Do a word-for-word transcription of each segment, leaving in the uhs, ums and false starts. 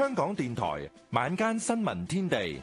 香港電台晚間新聞天地，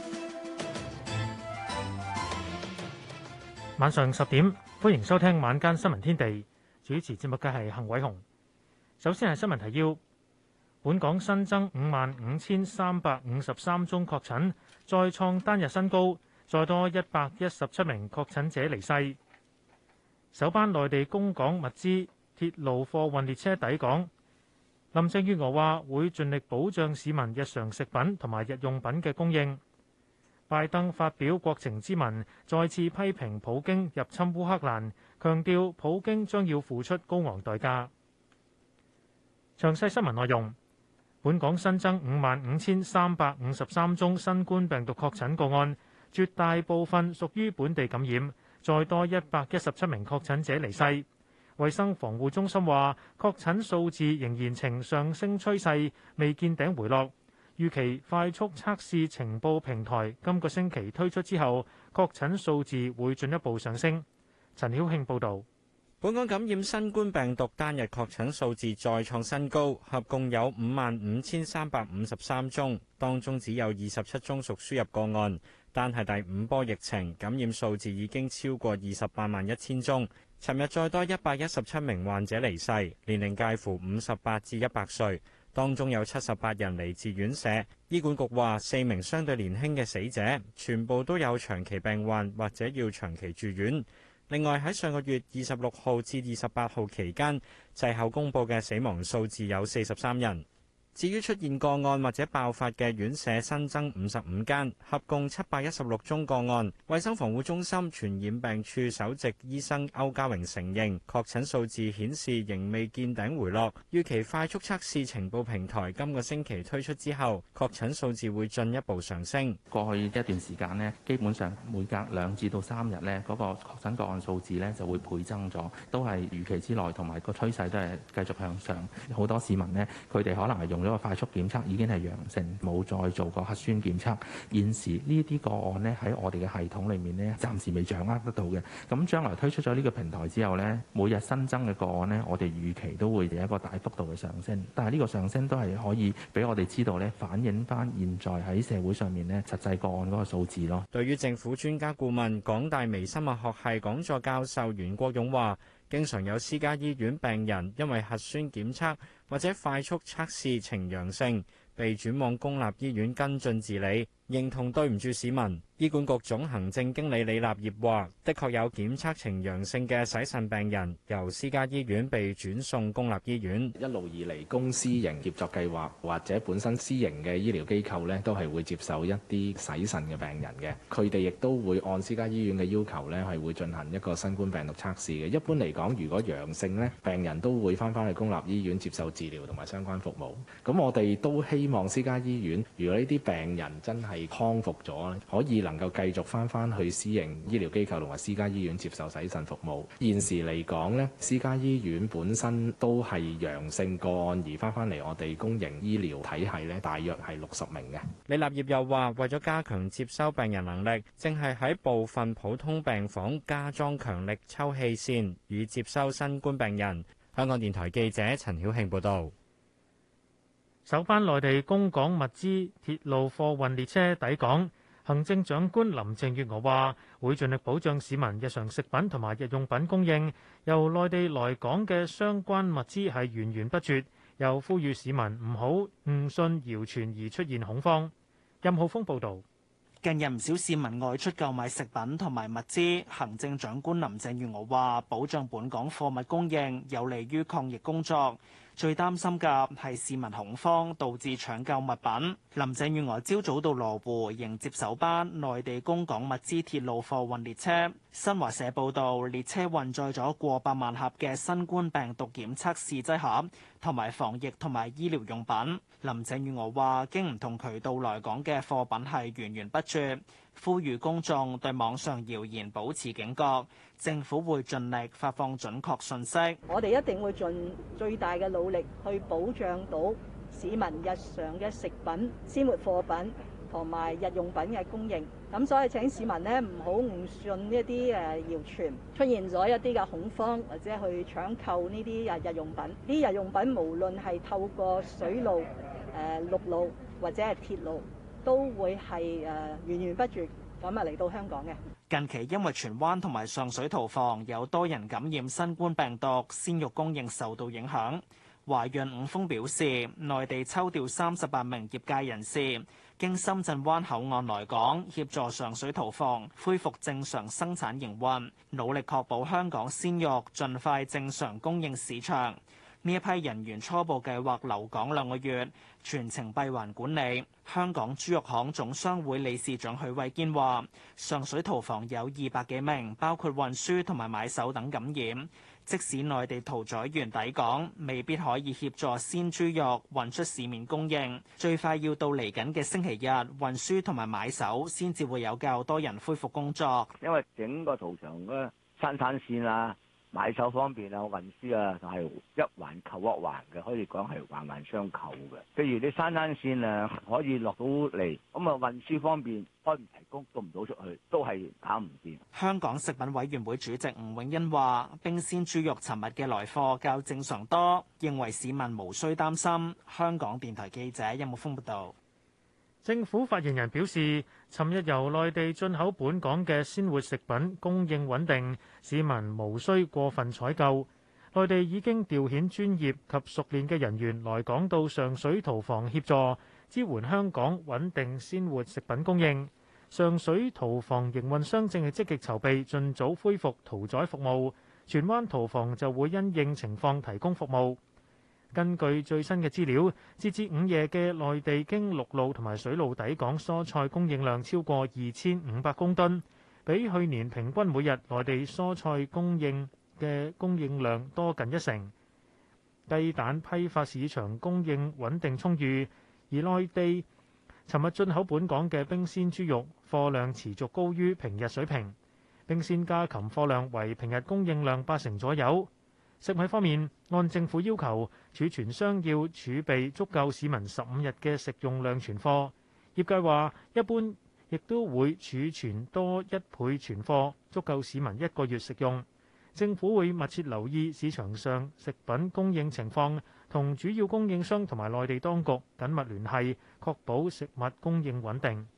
晚上十點，歡迎收聽晚間新聞天地。主持節目嘅係幸偉雄。首先係新聞提要：本港新增五萬五千三百五十三宗確診，再創單日新高，再多一百一十七名確診者離世。首班內地供港物資鐵路貨運列車抵港。林鄭月娥話會盡力保障市民日常食品同埋日用品嘅供應。拜登發表國情咨文，再次批評普京入侵烏克蘭，強調普京將要付出高昂代價。詳細新聞內容：本港新增五萬五千三百五十三宗新冠病毒確診個案，絕大部分屬於本地感染，再多一百一十七名確診者離世。衛生防護中心話，確診數字仍然呈上升趨勢，未見頂回落。預期快速測試情報平台今個星期推出之後，確診數字會進一步上升。陳曉慶報導。 本港感染新冠病毒單日確診數字再創新高，合共有五萬五千三百五十三宗，當中只有二十七宗屬輸入個案。單係第五波疫情，感染數字已經超過二十八萬一千宗。尋日再多一百一十七名患者離世，年齡介乎五十八至一百歲，當中有七十八人嚟自院舍。醫管局話，四名相對年輕嘅死者，全部都有長期病患或者要長期住院。另外喺上個月二十六號至二十八號期間，滯後公佈嘅死亡數字有四十三人。至於出現個案或者爆發嘅院舍新增五十五間，合共七百一十六宗個案。衛生防護中心傳染病處首席醫生歐家榮承認，確診數字顯示仍未見頂回落。預期快速測試情報平台今個星期推出之後，確診數字會進一步上升。 過去一段時間呢，基本上每隔兩至到三日呢，嗰個確診個案數字呢就會倍增咗，都係預期之內，同埋個趨勢都係繼續向上。好多市民呢，佢哋可能係用嗰個快速檢測已經係陽性，冇再做過核酸檢測。現時呢啲個案呢，喺我哋嘅系統裏面呢，暫時未掌握得到嘅。咁將來推出咗呢個平台之後呢，每日新增嘅個案呢，我哋預期都會有一個大幅度嘅上升。但係呢個上升都係可以俾我哋知道呢，反映翻現在喺社會上面呢實際個案嗰個數字咯。 對於政府專家顧問、港大微生物學系講座教授袁國勇話，經常有私家醫院病人因為核酸檢測或者快速測試呈陽性，被轉往公立醫院跟進治理，認同對唔住市民。醫管局總行政經理李立業話，的確有檢測呈陽性嘅洗腎病人由私家醫院被轉送公立醫院。 一路以嚟，公私營協作計劃或者本身私營嘅醫療機構呢，都係會接受一啲洗腎嘅病人嘅。佢哋亦都會按私家醫院嘅要求呢，係會進行一個新冠病毒測試嘅。一般嚟講，如果陽性呢，病人都會翻返去公立醫院接受治療同埋相關服務。咁我哋都希望私家醫院，如果呢啲病人真係康復咗，可以能夠繼續翻返去私營醫療機構同埋私家醫院接受洗腎服務。現時嚟講呢，私家醫院本身都係陽性個案而翻返嚟我哋公營醫療體系呢，大約係六十名嘅。 李立業又話，為咗加強接收病人能力，正係喺部分普通病房加裝強力抽氣扇，以接收新冠病人。香港電台記者陳曉慶報導。 首班內地供港物資鐵路貨運列車抵港。行政長官林鄭月娥話：會盡力保障市民日常食品同埋日用品供應。由內地來港嘅相關物資係源源不絕，又呼籲市民唔好誤信謠傳而出現恐慌。任浩峰報導。 近日唔少市民外出購買食品同埋物資，行政長官林鄭月娥話：保障本港貨物供應有利於抗疫工作。最擔心嘅係市民恐慌，導致搶購物品。林鄭月娥朝早到羅湖迎接首班內地供港物資鐵路貨運列車。新華社報道，列車運載咗過百萬盒嘅新冠病毒檢測試劑盒同埋防疫同埋醫療用品。林鄭月娥話：經唔同渠道來港嘅貨品係源源不絕，呼籲公眾對網上謠言保持警覺。政府會盡力發放準確信息。 我哋一定會盡最大嘅努力去保障到市民日常嘅食品、鮮活貨品同埋日用品嘅供應。咁所以請市民呢唔好誤信呢一啲誒謠傳，出現咗一啲嘅恐慌或者去搶購呢啲誒日用品。呢啲日用品無論係透過水路誒陸路或者係鐵路都會係誒源源不絕咁啊嚟到香港嘅。 近期因為荃灣同埋上水屠房有多人感染新冠病毒，鮮肉供應受到影響。華潤五豐表示，內地抽調三十八名業界人士經深圳灣口岸來港，協助上水屠房恢復正常生產營運，努力確保香港鮮肉盡快正常供應市場。呢一批人員初步計劃留港兩個月，全程閉環管理。香港豬肉行總商會理事長許偉堅話，上水屠房有二百幾名，包括運輸同埋買手等感染。即使內地屠宰員抵港，未必可以協助鮮豬肉運出市面供應。最快要到嚟緊嘅星期日，運輸同埋買手先至會有較多人恢復工作。 因為整個屠場嘅生產線啊、買手方面啊、運輸啊，就係一環扣一環嘅，可以講係環環相扣嘅。譬如你生產線啊可以落到嚟，咁啊運輸方面開唔提供，送唔到出去，都係搞唔掂。 香港食品委員會主席吳永恩話，冰鮮豬肉尋日嘅來貨較正常多，認為市民無需擔心。香港電台記者任木峰報道。 政府發言人表示，尋日由內地進口本港嘅鮮活食品供應穩定，市民無需過分採購。內地已經調遣專業及熟練嘅人員來港到上水屠房協助，支援香港穩定鮮活食品供應。上水屠房營運商正係積極籌備，盡早恢復屠宰服務。荃灣屠房就會因應情況提供服務。根據最新嘅資料，截至午夜嘅內地經陸路同埋水路抵港蔬菜供應量超過二千五百公噸，比去年平均每日內地蔬菜供應嘅供應量多近一成。雞蛋批發市場供應穩定充裕，而內地尋日進口本港嘅冰鮮豬肉貨量持續高於平日水平，冰鮮家禽貨量為平日供應量八成左右。食品方面，按政府要求，儲存商要儲備足夠市民十五日嘅食用量存貨。業界話，一般亦都會儲存多一倍存貨，足夠市民一個月食用。政府會密切留意市場上食品供應情況，同主要供應商同埋內地當局緊密聯繫，確保食物供應穩定。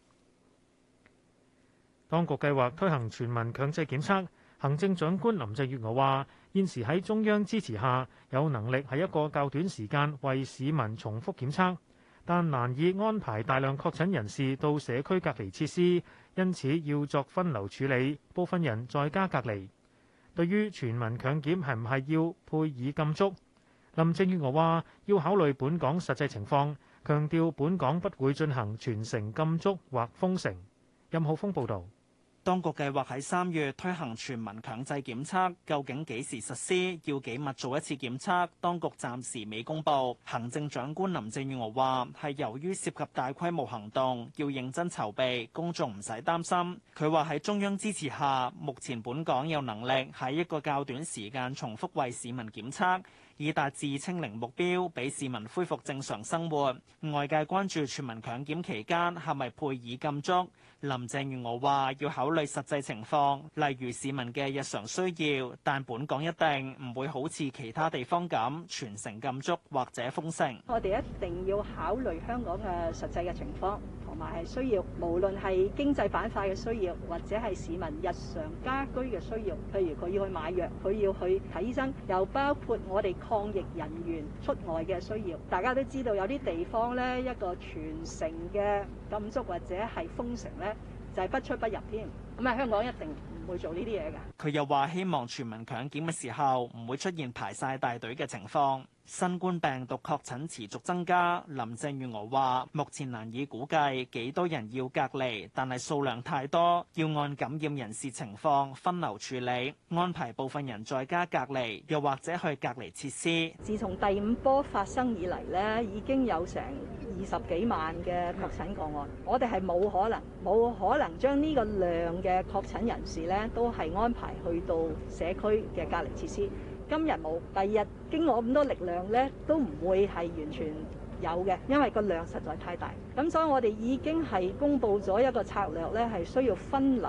當局計劃推行全民強制檢測。行政長官林鄭月娥話：現時喺中央支持下，有能力喺一個較短時間為市民重複檢測，但難以安排大量確診人士到社區隔離設施，因此要作分流處理，部分人在家隔離。對於全民強檢係唔係要配以禁足，林鄭月娥話要考慮本港實際情況，強調本港不會進行全城禁足或封城。任浩峰報導。 當局計劃喺三月推行全民強制檢測，究竟幾時實施？要幾密做一次檢測？當局暫時未公佈。行政長官林鄭月娥話：係由於涉及大規模行動，要認真籌備，公眾唔使擔心。佢話喺中央支持下，目前本港有能力喺一個較短時間重複為市民檢測，以達至清零目標，俾市民恢復正常生活。外界關注全民強檢期間係咪配以禁足？林鄭月娥話要考慮實際情況，例如市民嘅日常需要，但本港一定唔會好似其他地方咁全城禁足或者封城。 我哋一定要考慮香港嘅實際嘅情況，同埋係需要，無論係經濟板塊嘅需要，或者係市民日常家居嘅需要，譬如佢要去買藥，佢要去睇醫生，又包括我哋抗疫人員出外嘅需要。大家都知道有啲地方呢，一個全城嘅禁足或者係封城呢，就係不出不入添。咁啊，香港一定唔會做呢啲嘢㗎。 佢又話希望全民強檢嘅時候唔會出現排晒大隊嘅情況。新冠病毒確診持續增加，林鄭月娥話目前難以估計幾多人要隔離，但係數量太多，要按感染人士情況分流處理，安排部分人在家隔離，又或者去隔離設施。 自從第五波發生以嚟呢，已經有成二十幾萬嘅確診個案，我哋係冇可能冇可能將呢個量嘅確診人士呢都係安排去到社區嘅隔離設施。今日冇，第二日經過咁多力量咧，都唔會係完全有嘅，因為個量實在太大。咁所以我哋已經係公布咗一個策略咧，係需要分流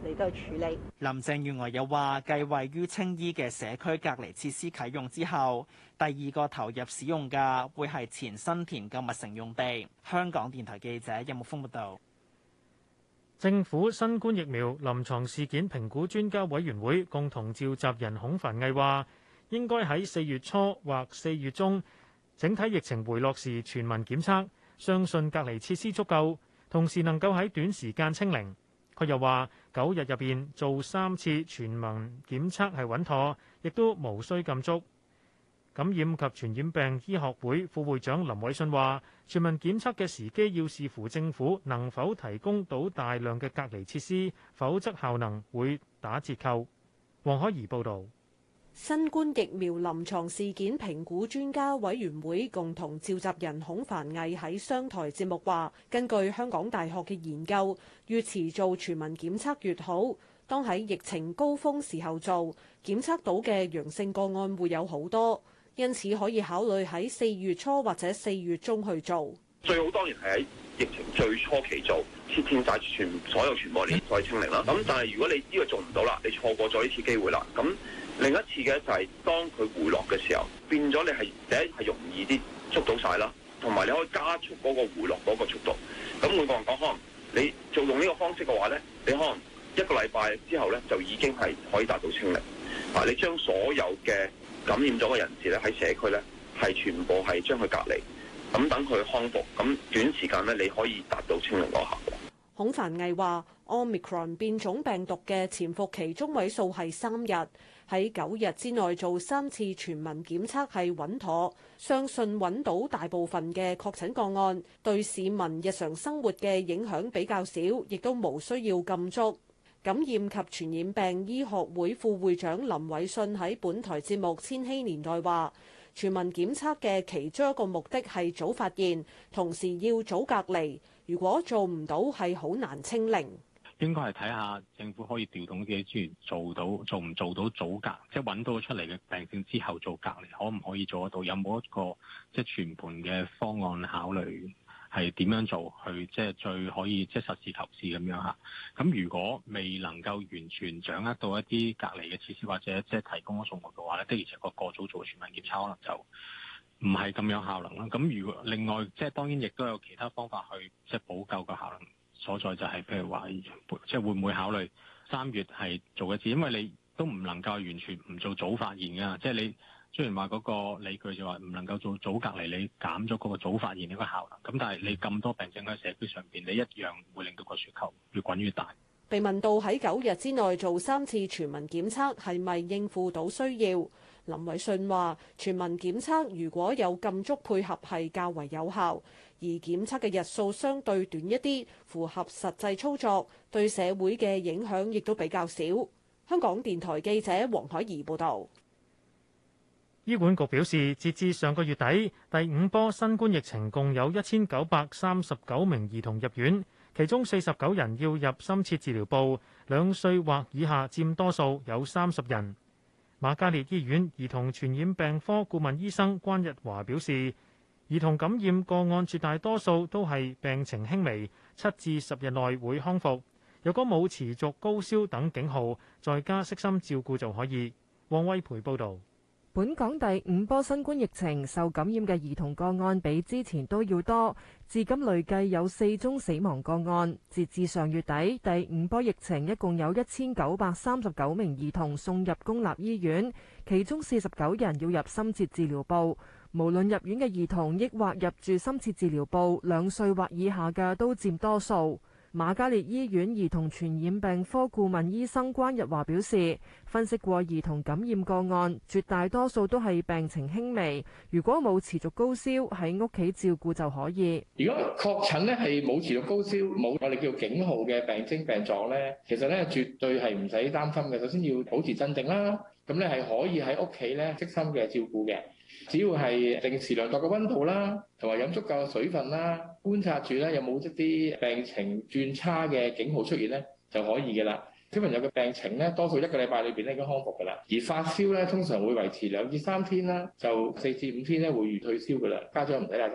嚟到處理。 林鄭月娥又話，繼位於青衣嘅社區隔離設施啟用之後，第二個投入使用嘅會係前新田購物城用地。香港電台記者任木峰報道。 政府新冠疫苗臨床事件評估專家委員會共同召集人孔繁毅話，應該喺四月初或四月中整體疫情回落時全民檢測，相信隔離設施足夠，同時能夠喺短時間清零。佢又話，九日入邊做三次全民檢測係穩妥，亦都無需禁足。感染及傳染病醫學會副會長林偉信話，全民檢測嘅時機要視乎政府能否提供到大量嘅隔離設施，否則效能會打折扣。黃海怡報導。 新冠疫苗臨床事件評估專家委員會共同召集人孔繁毅喺商台節目話，根據香港大學嘅研究，越遲做全民檢測越好。當喺疫情高峰時候做，檢測到嘅陽性個案會有好多。因此可以考慮喺四月初或者四月中去做。 最好當然係喺疫情最初期做，切斷晒全所有傳播鏈再清零啦。咁但係如果你呢個做唔到啦，你錯過咗呢次機會啦。咁另一次嘅就係當佢回落嘅時候，變咗你係第一係容易啲捉到晒啦，同埋你可以加速嗰個回落嗰個速度。咁每個人講，可能你做用呢個方式嘅話咧，你可能一個禮拜之後咧就已經係可以達到清零。啊，你將所有嘅感染咗嘅人士咧喺社區咧係全部係將佢隔離，咁等佢康復，咁短時間咧你可以達到清零嗰個效果。 孔繁毅話 Omicron 變種病毒嘅潛伏期中位數係三日，喺九日之內做三次全民檢測係穩妥，相信揾到大部分嘅確診個案，對市民日常生活嘅影響比較少，亦都無需要禁足。感染及傳染病醫學會副會長林偉信喺本台節目《千禧年代》話，全民檢測嘅其中一個目的係早發現，同時要早隔離。如果做唔到，係好難清零。 應該係睇下政府可以調動嘅資源，做到做唔做到早隔，即係揾到出嚟嘅病症之後做隔離，可唔可以做得到？有冇一個即係全盤嘅方案考慮？係點樣做去即係最可以即係實事求是咁樣嚇？咁如果未能夠完全掌握到一啲隔離嘅設施或者即係提供咗數目嘅話咧，的而且確過早做全民檢測可能就唔係咁有效能啦。咁如果另外即係當然亦都有其他方法去即係補救個效能所在，就係譬如話即係會唔會考慮三月係做一次？因為你都唔能夠完全唔做早發現㗎，即係你。雖然話嗰個理據就話唔能夠做早隔離，你減咗嗰個早發現呢個效能，咁但係你咁多病症喺社區上邊，你一樣會令到個雪球越滾越大。 被問到喺九日之內做三次全民檢測係咪應付到需要，林偉信話：全民檢測如果有禁足配合係較為有效，而檢測嘅日數相對短一啲，符合實際操作，對社會嘅影響亦都比較少。香港電台記者黃海怡報導。 醫管局表示，截至上個月底，第五波新冠疫情共有一千九百三十九名兒童入院，其中四十九人要入深切治療部，兩歲或以下佔多數，有三十人。瑪嘉烈醫院兒童傳染病科顧問醫生關日華表示，兒童感染個案絕大多數都係病情輕微，七至十日內會康復。如果冇持續高燒等警號，在家悉心照顧就可以。汪威培報導。 本港第五波新冠疫情受感染嘅兒童個案比之前都要多，至今累計有四宗死亡個案。截至上月底，第五波疫情一共有一千九百三十九名兒童送入公立醫院，其中四十九人要入深切治療部。無論入院嘅兒童抑或入住深切治療部，兩歲或以下嘅都佔多數。瑪嘉烈醫院兒童傳染病科顧問醫生關日華表示，分析過兒童感染個案，絕大多數都係病情輕微，如果冇持續高燒，喺屋企照顧就可以。 如果確診咧係冇持續高燒，冇我哋叫警號嘅病徵病狀咧，其實咧絕對係唔使擔心嘅。首先要保持鎮定啦，咁咧係可以喺屋企咧悉心嘅照顧嘅。只要係定時量度嘅溫度啦，同埋飲足夠嘅水分啦，觀察住咧有冇一啲病情轉差嘅警號出現咧，就可以嘅啦。小朋友嘅病情咧，多數一個禮拜裏邊咧已經康復嘅啦。而發燒咧，通常會維持兩至三天啦，就四至五天咧會如退燒嘅啦。家長唔使太擔心。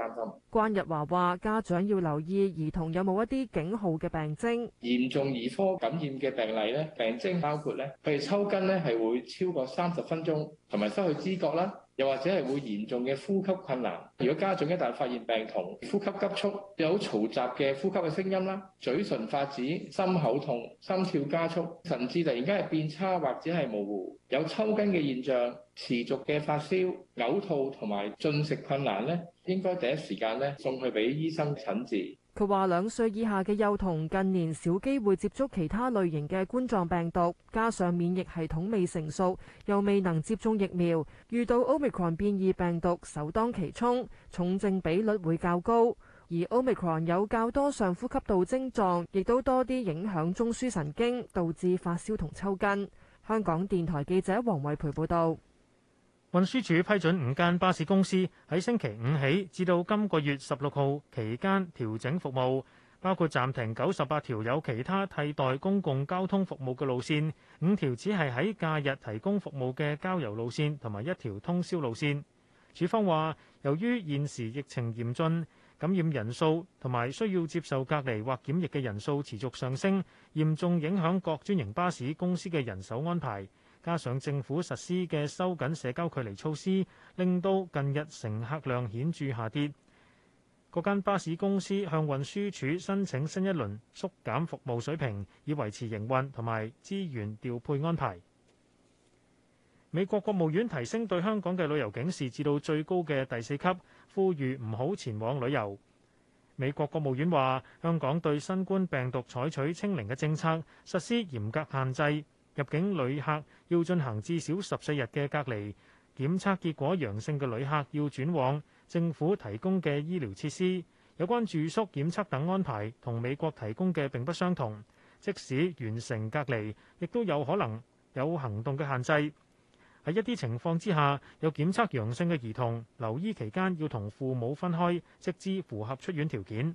關日華話：家長要留意兒童有冇一啲警號嘅病徵。 嚴重兒科感染嘅病例咧，病徵包括咧，譬如抽筋咧係會超過三十分鐘，同埋失去知覺啦，又或者係會嚴重嘅呼吸困難。如果家長一旦發現病童呼吸急促，有嘈雜嘅呼吸嘅聲音啦，嘴唇發紫、心口痛、心跳加速，神志突然間係變差或者係模糊，有抽筋嘅現象，持續嘅發燒、嘔吐同埋進食困難咧，應該第一時間咧送去俾醫生診治。 佢話：兩歲以下嘅幼童近年少機會接觸其他類型嘅冠狀病毒，加上免疫系統未成熟，又未能接種疫苗，遇到 Omicron 變異病毒首當其衝，重症比率會較高。而 Omicron 有較多上呼吸道症狀，亦都多啲影響中樞神經，導致發燒同抽筋。香港電台記者黃慧培報道。 運輸署批准五間巴士公司喺星期五起至到今個月十六號期間調整服務，包括暫停九十八條有其他替代公共交通服務嘅路線，五條只係喺假日提供服務嘅郊遊路線，同埋一條通宵路線。署方話，由於現時疫情嚴峻，感染人數同埋需要接受隔離或檢疫嘅人數持續上升，嚴重影響各專營巴士公司嘅人手安排。加上政府實施嘅收緊社交距離措施，令到近日乘客量顯著下跌。各間巴士公司向運輸署申請新一輪縮減服務水平，以維持營運同埋資源調配安排。美國國務院提升對香港嘅旅遊警示至到最高嘅第四級，呼籲唔好前往旅遊。美國國務院話，香港對新冠病毒採取清零嘅政策，實施嚴格限制。入境旅客要進行至少十四日嘅隔離，檢測結果陽性嘅旅客要轉往政府提供嘅醫療設施。有關住宿、檢測等安排同美國提供嘅並不相同，即使完成隔離，亦都有可能有行動嘅限制。喺一啲情況之下，有檢測陽性嘅兒童留醫期間要同父母分開，直至符合出院條件。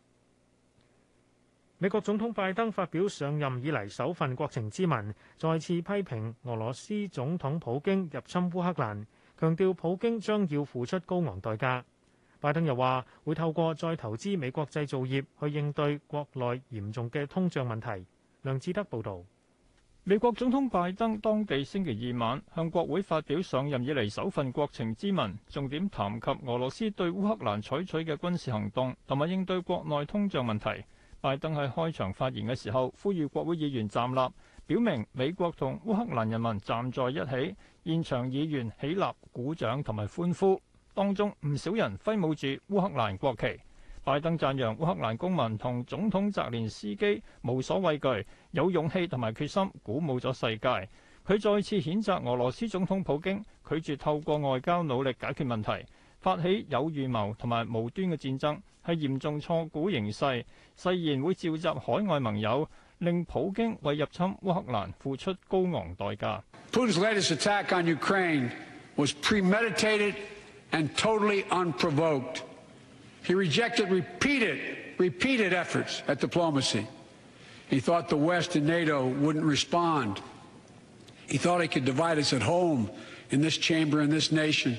美國總統拜登發表上任以嚟首份國情咨文，再次批評俄羅斯總統普京入侵烏克蘭，強調普京將要付出高昂代價。拜登又話會透過再投資美國製造業去應對國內嚴重嘅通脹問題。梁志德報導。 美國總統拜登當地星期二晚向國會發表上任以嚟首份國情咨文，重點談及俄羅斯對烏克蘭採取嘅軍事行動同埋應對國內通脹問題。拜登喺開場發言嘅時候，呼籲國會議員站立，表明美國同烏克蘭人民站在一起。現場議員起立鼓掌同埋歡呼，當中唔少人揮舞住烏克蘭國旗。拜登讚揚烏克蘭公民同總統澤連斯基無所畏懼，有勇氣同埋決心，鼓舞咗世界。佢再次譴責俄羅斯總統普京拒絕透過外交努力解決問題，發起有預謀同埋無端嘅戰爭，係嚴重錯估形勢，誓言會召集海外盟友，令普京為入侵烏克蘭付出高昂代價。 Putin's latest attack on Ukraine was premeditated and totally unprovoked. He rejected repeated, repeated efforts at diplomacy. He thought the West and NATO wouldn't respond. He thought he could divide us at home, in this chamber, in this nation.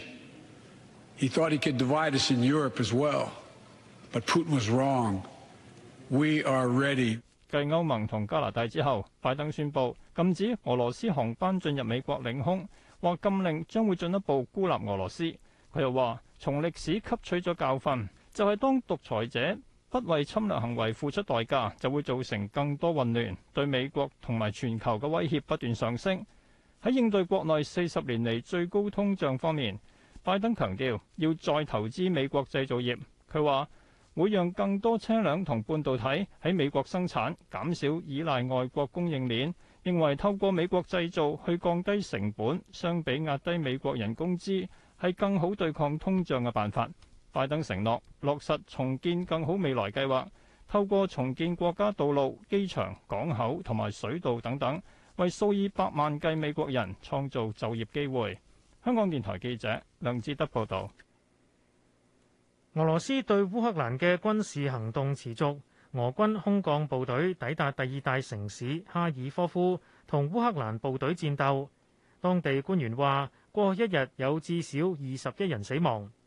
He thought he could divide us in Europe as well. But Putin was wrong. We are ready. 繼歐盟同加拿大之後，拜登宣布禁止俄羅斯航班進入美國領空，或禁令將會進一步孤立俄羅斯。佢又話：從歷史吸取咗教訓，就係當獨裁者不為侵略行為付出代價，就會造成更多混亂，對美國同埋全球嘅威脅不斷上升。喺應對國內四十年嚟最高通脹方面，拜登強調要再投資美國製造業。佢話會讓更多車輛同半導體喺美國生產，減少依賴外國供應鏈。認為透過美國製造去降低成本，相比壓低美國人工資，係更好對抗通脹嘅辦法。拜登承諾落實重建更好未來計劃，透過重建國家道路、機場、港口同埋水道等等，為數以百萬計美國人創造就業機會。香港電台記者梁志德報導。 俄羅斯對烏克蘭嘅軍事行動持續，俄軍空降部隊抵達第二大城市哈爾科夫，同烏克蘭部隊戰鬥。當地官員話，過去一日有至少二十一人死亡。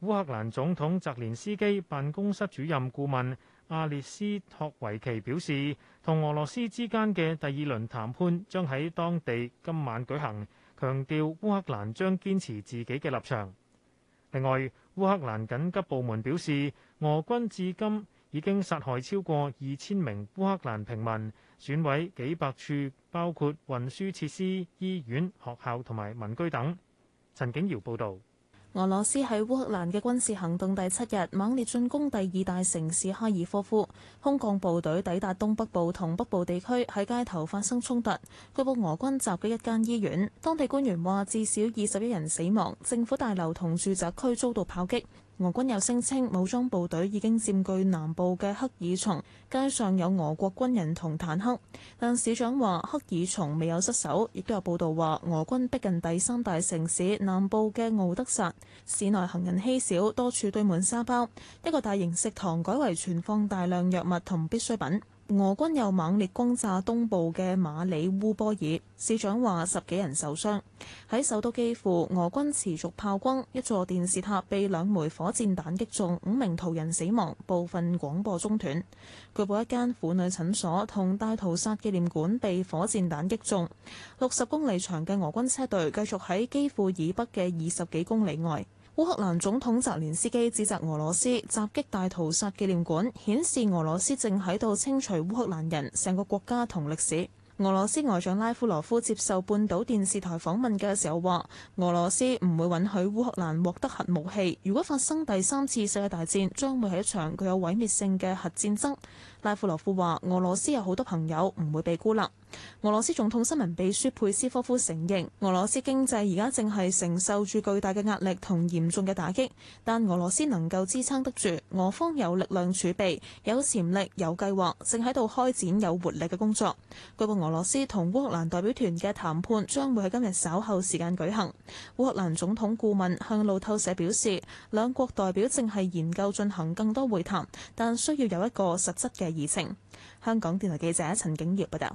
烏克蘭總統澤連斯基辦公室主任顧問阿列斯托維奇表示，同俄羅斯之間嘅第二輪談判將喺當地今晚舉行，強調烏克蘭將堅持自己嘅立場。另外，烏克蘭緊急部門表示，俄軍至今已經殺害超過二千名烏克蘭平民，損毀幾百處，包括運輸設施、醫院、學校同埋民居等。陳景堯報導。 俄羅斯喺烏克蘭嘅軍事行動第七日，猛烈進攻第二大城市哈爾科夫，空降部隊抵達東北部同北部地區，喺街頭發生衝突，據報俄軍襲擊一間醫院。當地官員話至少二十一人死亡，政府大樓同住宅區遭到炮擊。俄軍又聲稱武裝部隊已經佔據南部嘅克爾松，街上有俄國軍人同坦克。但市長話克爾松未有失守，亦都有報道話俄軍逼近第三大城市南部嘅敖德薩，市內行人稀少，多處堆滿沙包，一個大型食堂改為存放大量藥物同必需品。俄軍又猛烈轟炸東部嘅馬里烏波爾，市長話十幾人受傷。喺首都基輔，俄軍持續炮轟，一座電視塔被兩枚火箭彈擊中，五名途人死亡，部分廣播中斷。據報一間婦女診所同大屠殺紀念館被火箭彈擊中。六十公里長嘅俄軍車隊繼續喺基輔以北嘅二十幾公里外。烏克蘭總統澤連斯基指責俄羅斯襲擊大屠殺紀念館，顯示俄羅斯正喺度清除烏克蘭人成個國家同歷史。俄羅斯外長拉夫羅夫接受半島電視台訪問嘅時候話，俄羅斯唔會允許烏克蘭獲得核武器，如果發生第三次世界大戰，將會係一場具有毀滅性嘅核戰爭。拉夫羅夫話，俄羅斯有好多朋友，唔會被孤立。俄羅斯總統新聞秘書佩斯科夫承認，俄羅斯經濟而家正係承受住巨大嘅壓力同嚴重嘅打擊，但俄羅斯能夠支撐得住，俄方有力量儲備、有潛力、有計劃，正喺度開展有活力嘅工作。據報俄羅斯同烏克蘭代表團嘅談判將會喺今日稍後時間舉行。烏克蘭總統顧問向路透社表示，兩國代表正係研究進行更多會談，但需要有一個實質嘅議程。香港電台記者陳景瑤報道。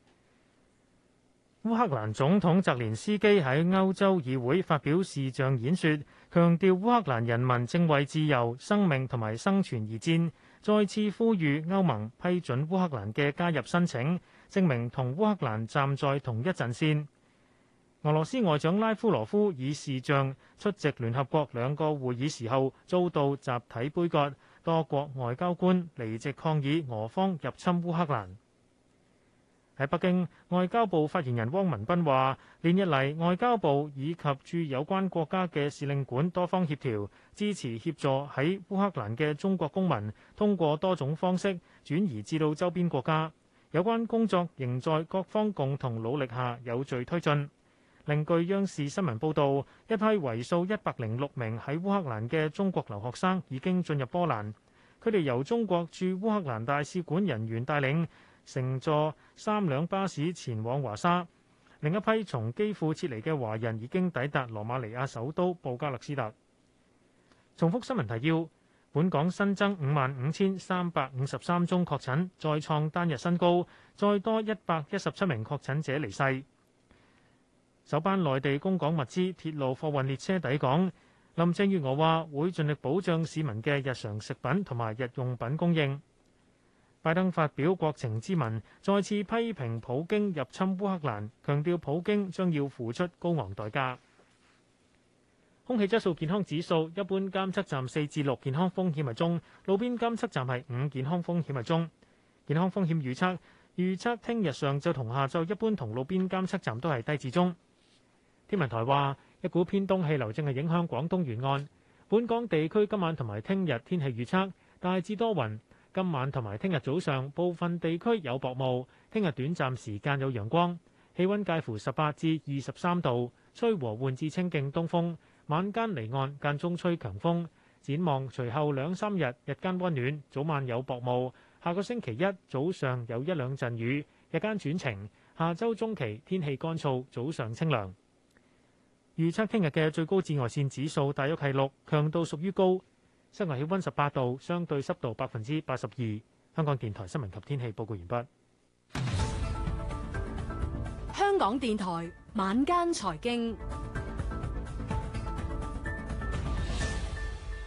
烏克蘭總統澤連斯基喺歐洲議會發表視像演說，強調烏克蘭人民正為自由、生命同埋生存而戰，再次呼籲歐盟批准烏克蘭嘅加入申請，證明同烏克蘭站在同一陣線。俄羅斯外長拉夫羅夫以視像出席聯合國兩個會議時候，遭到集體杯葛，多國外交官離席抗議俄方入侵烏克蘭。喺北京，外交部發言人汪文斌話，連日嚟外交部以及駐有關國家嘅使領館多方協調，支持協助喺烏克蘭嘅中國公民通過多種方式轉移至到周邊國家。有關工作仍在各方共同努力下有序推進。另據央視新聞報導，一批為數一百零六名喺烏克蘭嘅中國留學生已經進入波蘭，佢哋由中國駐烏克蘭大使館人員帶領，乘坐三輛巴士前往華沙。另一批從基輔撤離嘅華人已經抵達羅馬尼亞首都布加勒斯特。重複新聞提要：本港新增五萬五千三百五十三宗確診，再創單日新高，再多一百一十七名確診者離世。首班內地供港物資鐵路貨運列車抵港，林鄭月娥話會盡力保障市民嘅日常食品同埋日用品供應。拜登發表國情咨文，再次批評普京入侵烏克蘭，強調普京將要付出高昂代價。空氣質素健康指數，一般監測站四至六，健康風險係中；路邊監測站係五，健康風險係中。健康風險預測，預測聽日上晝同下晝一般同路邊監測站都係低至中。天文台話，一股偏東氣流正係影響廣東沿岸，本港地區今晚同埋聽日天氣預測大致多雲。今晚同埋聽日早上，部分地區有薄霧。聽日短暫時間有陽光，氣温介乎十八至二十三度，吹和緩至清勁東風。晚間離岸間中吹強風。展望隨後兩三日日間温暖，早晚有薄霧。下個星期一早上有一兩陣雨，日間轉晴。下週中期天氣乾燥，早上清涼。預測聽日嘅最高紫外線指數大約係六，強度屬於高。室外氣温十八度，相對濕度百分之八十二。香港電台新聞及天氣報告完畢。 香港電台晚間財經，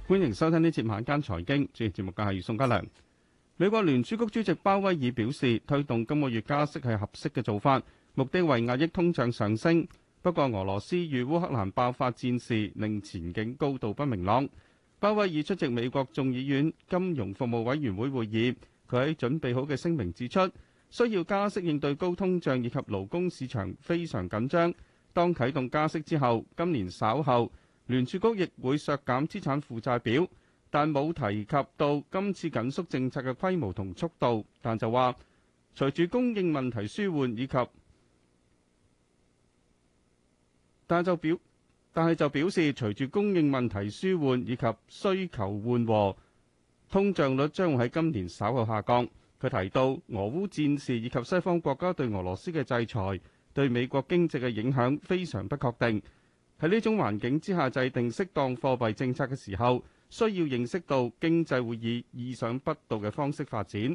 歡迎收聽呢節晚間財經，主持節目嘅係宋家良。美國聯儲局主席鮑威爾表示，推動今個月加息係合適嘅做法，目的為壓抑通脹上升。不過，俄羅斯與烏克蘭爆發戰事，令前景高度不明朗。鮑威爾出席美國眾議院金融服務委員會會議，佢喺準備好嘅聲明指出，需要加息應對高通脹以及勞工市場非常緊張。當啟動加息之後，今年稍後聯儲局亦會削減資產負債表，但冇提及到今次緊縮政策嘅規模同速度。但就話，隨住供應問題舒緩以及，但就表但係就表示，隨住供應問題舒緩以及需求緩和，通脹率將會喺今年稍後下降。佢提到，俄烏戰事以及西方國家對俄羅斯嘅制裁對美國經濟嘅影響非常不確定。喺呢種環境之下制定適當貨幣政策嘅時候，需要認識到經濟會以意想不到嘅方式發展。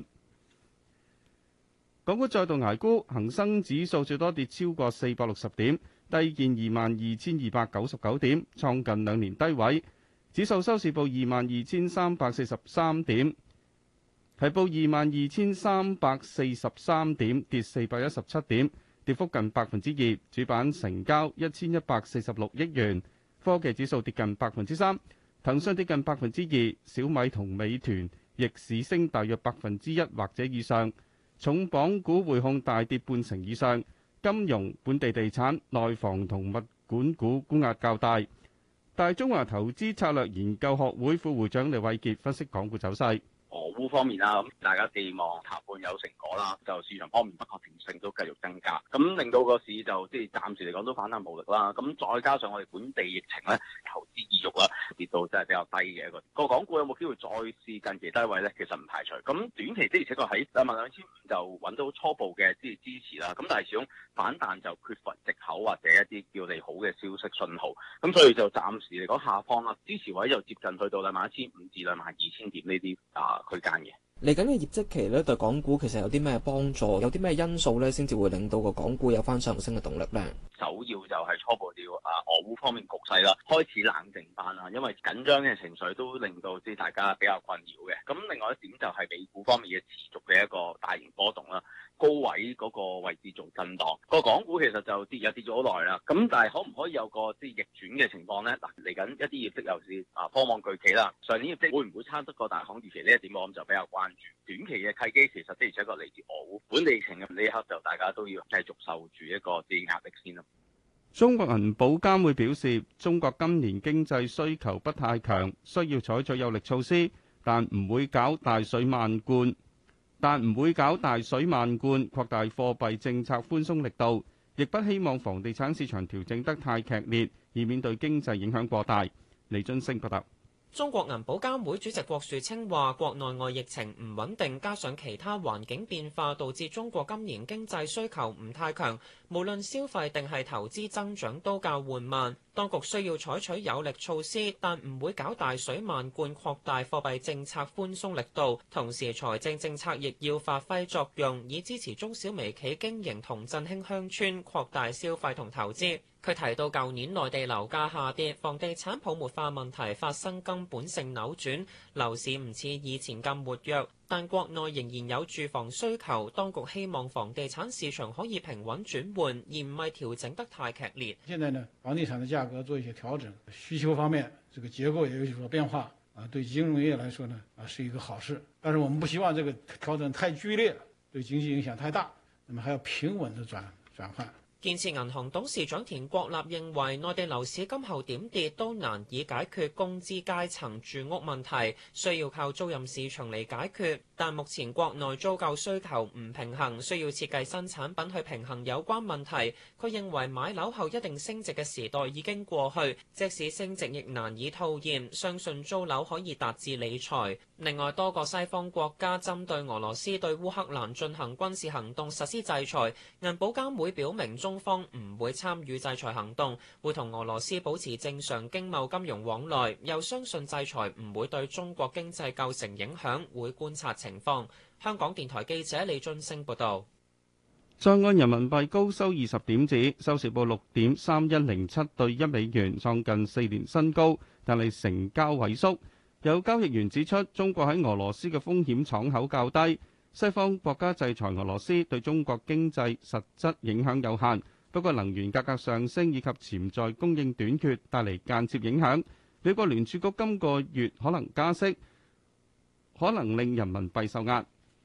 港股再度捱沽，恒生指數最多跌超過四百六十點，低見二萬二千二百九十九點，創近兩年低位。指數收市報二萬二千三百四十三點，係報二萬二千三百四十三點，跌四百一十七點。跌幅近百分之二，主板成交一千一百四十六億元。科技指數跌近百分之三，騰訊跌近百分之二，小米同美團逆市升大約百分之一或者以上。重磅股匯控大跌半成以上，金融、本地地產、內房同物管股沽壓較大。大中華投資策略研究學會副會長李偉傑分析港股走勢。 俄烏方面啦，咁大家寄望談判有成果啦，就市場方面不確定性都繼續增加，咁令到個市就即係暫時嚟講都反彈無力啦。咁再加上我哋本地疫情咧，投資意欲啦跌到真係比較低嘅一個。個港股有冇機會再試近期低位咧？其實唔排除。咁短期的而且確喺兩萬兩千五就揾到初步嘅即係支持啦。咁但係始終反彈就缺乏藉口或者一啲叫利好嘅消息信號。咁所以就暫時嚟講下方啦，支持位就接近去到兩萬一千五至兩萬二千點呢啲啊區間嘅。 嚟緊嘅業績期咧，對港股其實有啲咩幫助？有啲咩因素咧，先至會令到個港股有翻上升嘅動力咧？ 首要就係初步調啊，俄烏方面局勢啦，開始冷靜翻啦，因為緊張嘅情緒都令到即係大家比較困擾嘅。咁另外一點就係美股方面嘅持續嘅一個大型波動啦，高位嗰個位置做震盪。個港股其實就跌又跌咗好耐啦。咁但係可唔可以有個即係逆轉嘅情況咧？嗱，嚟緊一啲業績尤其是啊科網巨企啦，上年業績會唔會差得過大行預期呢一點？我諗就比較關注。短期嘅契機其實的而且確嚟自俄烏，本地疫情嘅呢一刻就大家都要繼續受住一個啲壓力先啦。 中國銀保監會表示，中國今年經濟需求不太強，需要採取有力措施，但唔會搞大水漫灌，但唔會搞大水漫灌，擴大貨幣政策寬鬆力度，亦不希望房地產市場調整得太劇烈，以免對經濟影響過大。李津升報道。 中國銀保監會主席郭樹清話：國內外疫情唔穩定，加上其他環境變化，導致中國今年經濟需求唔太強，無論消費定係投資增長都較緩慢。當局需要採取有力措施，但唔會搞大水漫灌，擴大貨幣政策寬鬆力度。同時，財政政策亦要發揮作用，以支持中小微企經營同振興鄉村，擴大消費同投資。佢提到，舊年內地樓價下跌，房地產泡沫化問題發生根本性扭轉，樓市唔似以前咁活躍，但國內仍然有住房需求。當局希望房地產市場可以平穩轉換，而唔係調整得太劇烈。 現在呢，房地產的價格做一些調整，需求方面這個結構也有所變化，啊，對金融業來說呢，啊是一個好事。但是我們不希望這個調整太劇烈，對經濟影響太大，那麼還要平穩的轉轉換。 建設銀行董事長田國立認為，內地樓市今後點跌都難以解決工資階層住屋問題，需要靠租賃市場嚟解決。但目前國內租購需求唔平衡，需要設計新產品去平衡有關問題。佢認為買樓後一定升值嘅時代已經過去，即使升值亦難以套現，相信租樓可以達至理財。另外，多個西方國家針對俄羅斯對烏克蘭進行軍事行動實施制裁，銀保監會表明中方唔會參與制裁行動，會同俄羅斯保持正常經貿金融往來，又相信制裁唔會對中國經濟構成影響，會觀察情況。香港電台記者李俊升報道。 在岸人民幣高收二十點子，收市報六點三一零七對一美元，創近四年新高，但係成交萎縮。 有交易員指出，中國喺俄羅斯嘅風險敞口較低，西方國家制裁俄羅斯對中國經濟實質影響有限。不過能源價格上升以及潛在供應短缺帶嚟間接影響。美國聯儲局今個月可能加息，可能令人民幣受壓。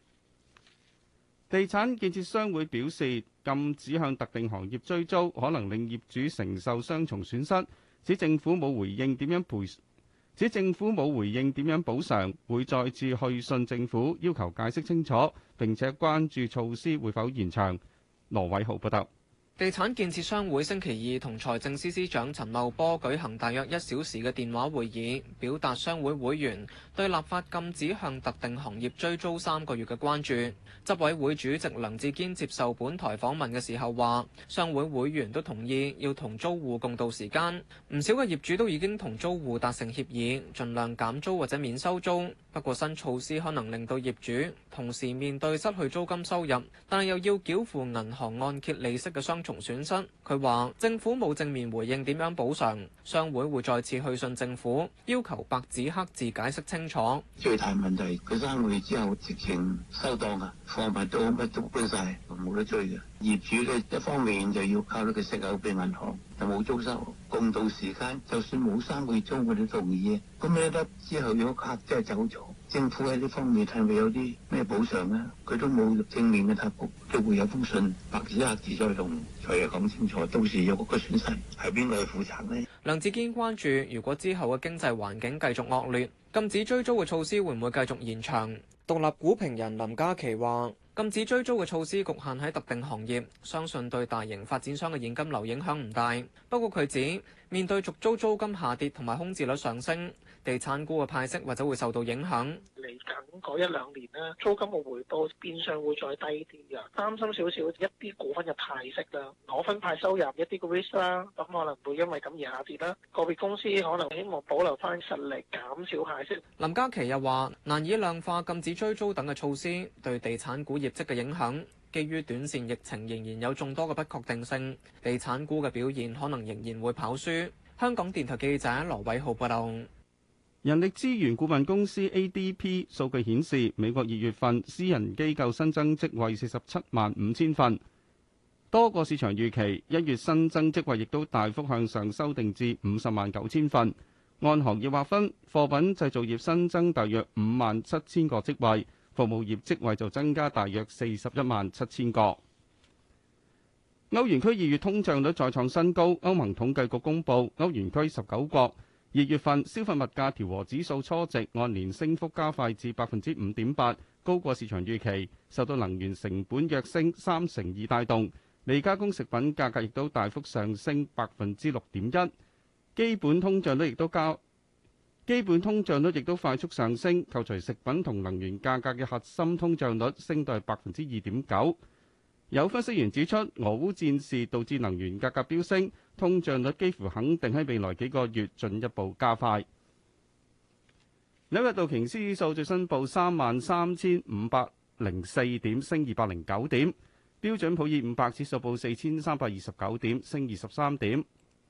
地產建設商會表示，禁止向特定行業追租，可能令業主承受雙重損失。指政府冇回應點樣賠，指政府冇回應點樣補償，會再次去信政府要求解釋清楚，並且關注措施會否延長。羅偉豪報道。 地產建設商會星期二同財政司司長陳茂波舉行大約一小時嘅電話會議，表達商會會員對立法禁止向特定行業追租三個月嘅關注。執委會主席梁志堅接受本台訪問嘅時候話，商會會員都同意要同租戶共度時間，唔少嘅業主都已經同租戶達成協議，盡量減租或者免收租。不過新措施可能令到業主同時面對失去租金收入，但係又要繳付銀行按揭利息嘅雙重損失。佢話政府冇正面回應點樣補償，商會會再次去信政府，要求白紙黑字解釋清楚。 最大問題佢三個月之後直情收檔啊，貨物都乜都搬晒，冇得追嘅。業主咧一方面就要靠呢個息口俾銀行，就冇租收，共度時間，就算冇三個月租我哋都同意嘅。咁咧得之後有客真係走咗，政府喺呢方面係咪有啲咩補償咧？佢都冇正面嘅答覆，都會有封信白紙黑字再同財爺講清楚，到時有個損失係邊個去負責呢？ 梁志堅關注，如果之後嘅經濟環境繼續惡劣，禁止追租嘅措施會唔會繼續延長？獨立股評人林嘉琪話：禁止追租嘅措施局限喺特定行業，相信對大型發展商嘅現金流影響唔大。不過佢指，面對續租租金下跌同埋空置率上升，地產股嘅派息或者會受到影響。 嚟緊嗰一兩年咧，租金嘅回報變相會再低啲嘅，擔心少少一啲股份嘅派息啦，可分派收入一啲嘅 risk 啦，咁可能會因為咁而下跌啦。個別公司可能希望保留翻實力，減少派息。 林嘉琪又話：難以量化禁止追租等嘅措施對地產股業績嘅影響。基於短線疫情仍然有眾多嘅不確定性，地產股嘅表現可能仍然會跑輸。香港電台記者羅偉浩報道。 人力資源顧問公司 A D P 數據顯示，美國二月份私人機構新增職位四十七萬五千份，多過市場預期。一月新增職位亦都大幅向上修訂至五十萬九千份。按行業劃分，貨品製造業新增大約五萬七千個職位，服務業職位就增加大約四十一萬七千個。歐元區二月通脹率再創新高，歐盟統計局公佈，歐元區十九國二月份消費物價調和指數初值按年升幅加快至百分之五點八，高過市場預期，受到能源成本躍升三成二帶動，利加工食品價格亦都大幅上升百分之六點一，基本通脹率亦都加，基本通脹率亦都快速上升，扣除食品同能源價格嘅核心通脹率升到係百分之二點九。有分析員指出，俄烏戰事導致能源價格飆升，通脹率幾乎肯定喺未來幾個月進一步加快。紐約道瓊斯指數最新報三萬三千五百零四點，升二百零九點；標準普爾五百指數報四千三百二十九點，升二十三點；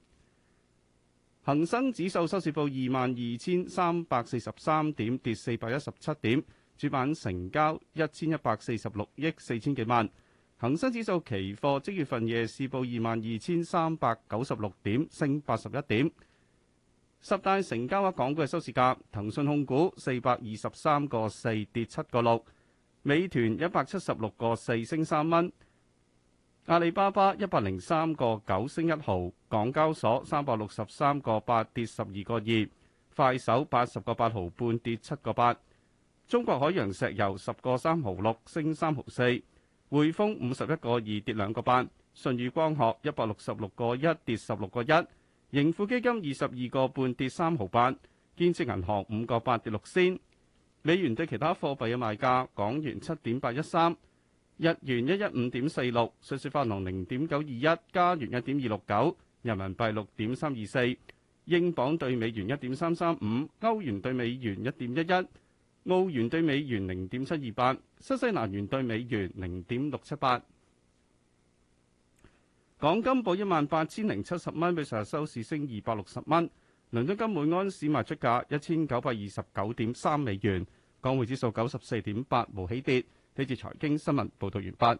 恒生指數收市報二萬二千三百四十三點，跌四百一十七點；主板成交一千一百四十六億四千幾萬。恒生指數期貨即月份夜市報二萬二千三百九十六點，升八十一點。十大成交額港股嘅收市價：騰訊控股四百二十三個四跌七個六，美團一百七十六個四升三蚊，阿里巴巴一百零三個九升一毫，港交所三百六十三個八跌十二個二，快手八十個八毫半跌七個八，中國海洋石油十個三毫六升三毫四。匯豐五十一個二跌兩個八，舜宇光學一百六十六個一跌十六個一，盈富基金二十二個半跌三毫八，建設銀行五個八跌六仙。美元對其他貨幣嘅賣價：港元七點八一三，日元一一五點四六，瑞士法郎零點九二一，加元一點二六九，人民幣六點三二四，英鎊對美元一點三三五，歐元對美元一點一一。澳元對美元零點七二八，新西蘭元對美元零點六七八。港金報一萬八千零七十蚊，比上日收市升二百六十蚊。 倫敦金每安士賣出價一千九百二十九點三美元，港匯指數九十四點八，無起跌。呢節財經新聞報道完畢。